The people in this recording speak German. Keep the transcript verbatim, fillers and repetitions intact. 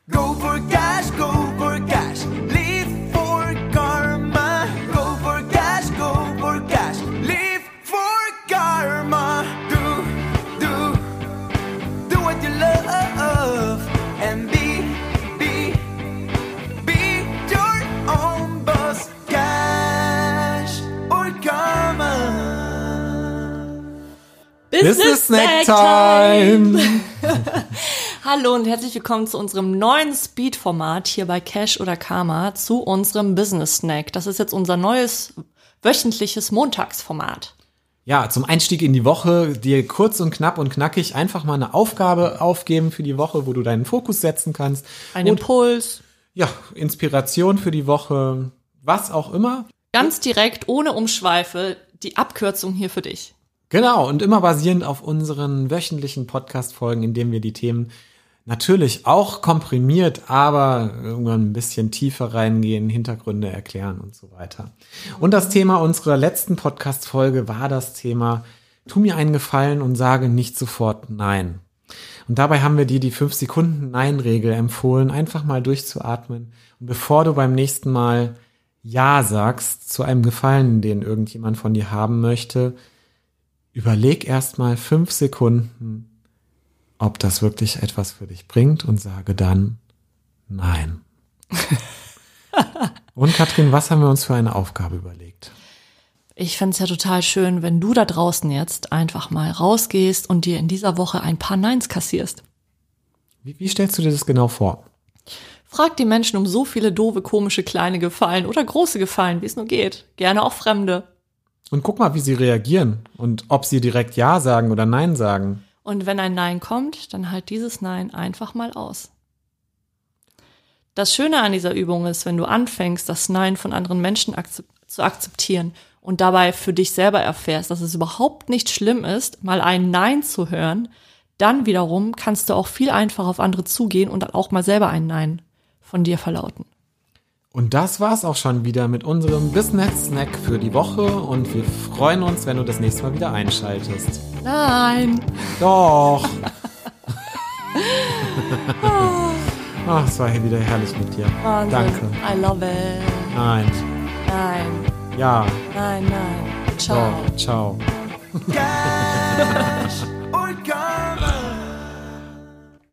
Go for cash, go for cash. Live for karma. Go for cash, go for cash. Live for karma. Do, do, do what you love. And be, be, be your own boss. Cash or karma. Business Snack Time! Hallo und herzlich willkommen zu unserem neuen Speed-Format hier bei Cash oder Karma, zu unserem Business Snack. Das ist jetzt unser neues wöchentliches Montagsformat. Ja, zum Einstieg in die Woche dir kurz und knapp und knackig einfach mal eine Aufgabe aufgeben für die Woche, wo du deinen Fokus setzen kannst. Ein und, Impuls. Ja, Inspiration für die Woche, was auch immer. Ganz direkt, ohne Umschweife, die Abkürzung hier für dich. Genau, und immer basierend auf unseren wöchentlichen Podcast-Folgen, in denen wir die Themen natürlich auch komprimiert, aber irgendwann ein bisschen tiefer reingehen, Hintergründe erklären und so weiter. Und das Thema unserer letzten Podcast-Folge war das Thema: Tu mir einen Gefallen und sage nicht sofort Nein. Und dabei haben wir dir die fünf Sekunden Nein-Regel empfohlen, einfach mal durchzuatmen. Und bevor du beim nächsten Mal Ja sagst zu einem Gefallen, den irgendjemand von dir haben möchte, überleg erst mal fünf Sekunden, ob das wirklich etwas für dich bringt, und sage dann Nein. Und Katrin, was haben wir uns für eine Aufgabe überlegt? Ich fände es ja total schön, wenn du da draußen jetzt einfach mal rausgehst und dir in dieser Woche ein paar Neins kassierst. Wie, wie stellst du dir das genau vor? Frag die Menschen um so viele doofe, komische, kleine Gefallen oder große Gefallen, wie es nur geht. Gerne auch Fremde. Und guck mal, wie sie reagieren und ob sie direkt Ja sagen oder Nein sagen. Und wenn ein Nein kommt, dann halt dieses Nein einfach mal aus. Das Schöne an dieser Übung ist, wenn du anfängst, das Nein von anderen Menschen akzept- zu akzeptieren und dabei für dich selber erfährst, dass es überhaupt nicht schlimm ist, mal ein Nein zu hören, dann wiederum kannst du auch viel einfacher auf andere zugehen und auch mal selber ein Nein von dir verlauten. Und das war's auch schon wieder mit unserem Business Snack für die Woche, und wir freuen uns, wenn du das nächste Mal wieder einschaltest. Nein! Doch! Ach, es war hier wieder herrlich mit dir. Wahnsinn. Danke. I love it. Nein. Nein. Ja. Nein, nein. Ciao. Doch. Ciao. Cash